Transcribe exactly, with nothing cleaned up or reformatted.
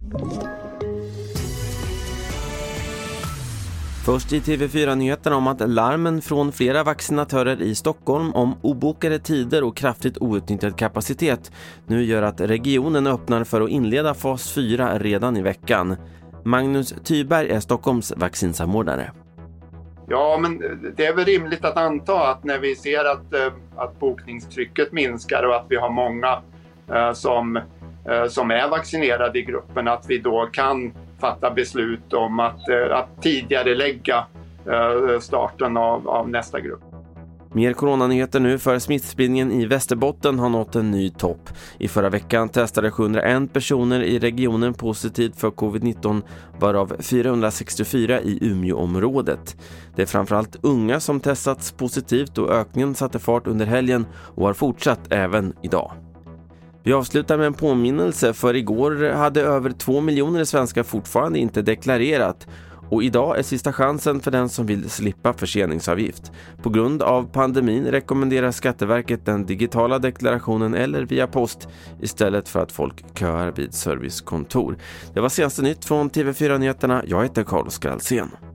Först i T V fyra-nyheterna om att larmen från flera vaccinatörer i Stockholm om obokade tider och kraftigt outnyttjad kapacitet nu gör att regionen öppnar för att inleda fas fyra redan i veckan. Magnus Tyberg är Stockholms vaccinsamordnare. Ja, men det är väl rimligt att anta att när vi ser att, att bokningstrycket minskar och att vi har många eh, som, eh, som är vaccinerade i gruppen, att vi då kan fatta beslut om att, att tidigare lägga starten av, av nästa grupp. Mer coronanyheter nu, för smittspridningen i Västerbotten har nått en ny topp. I förra veckan testade sjuhundraen personer i regionen positivt för covid nitton, varav fyrahundrasextiofyra i Umeåområdet. Det är framförallt unga som testats positivt och ökningen satte fart under helgen och har fortsatt även idag. Vi avslutar med en påminnelse, för igår hade över två miljoner svenskar fortfarande inte deklarerat. Och idag är sista chansen för den som vill slippa förseningsavgift. På grund av pandemin rekommenderar Skatteverket den digitala deklarationen eller via post istället för att folk köar vid servicekontor. Det var senaste nytt från T V fyra-nyheterna. Jag heter Carlos Skralsén.